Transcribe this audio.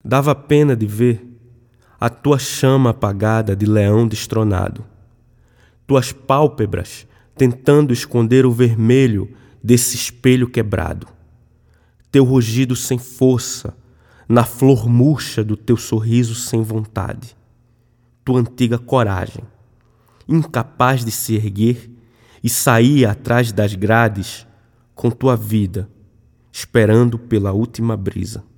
Dava pena de ver a tua chama apagada de leão destronado, tuas pálpebras tentando esconder o vermelho desse espelho quebrado, teu rugido sem força na flor murcha do teu sorriso sem vontade, tua antiga coragem, incapaz de se erguer e sair atrás das grades com tua vida, esperando pela última brisa.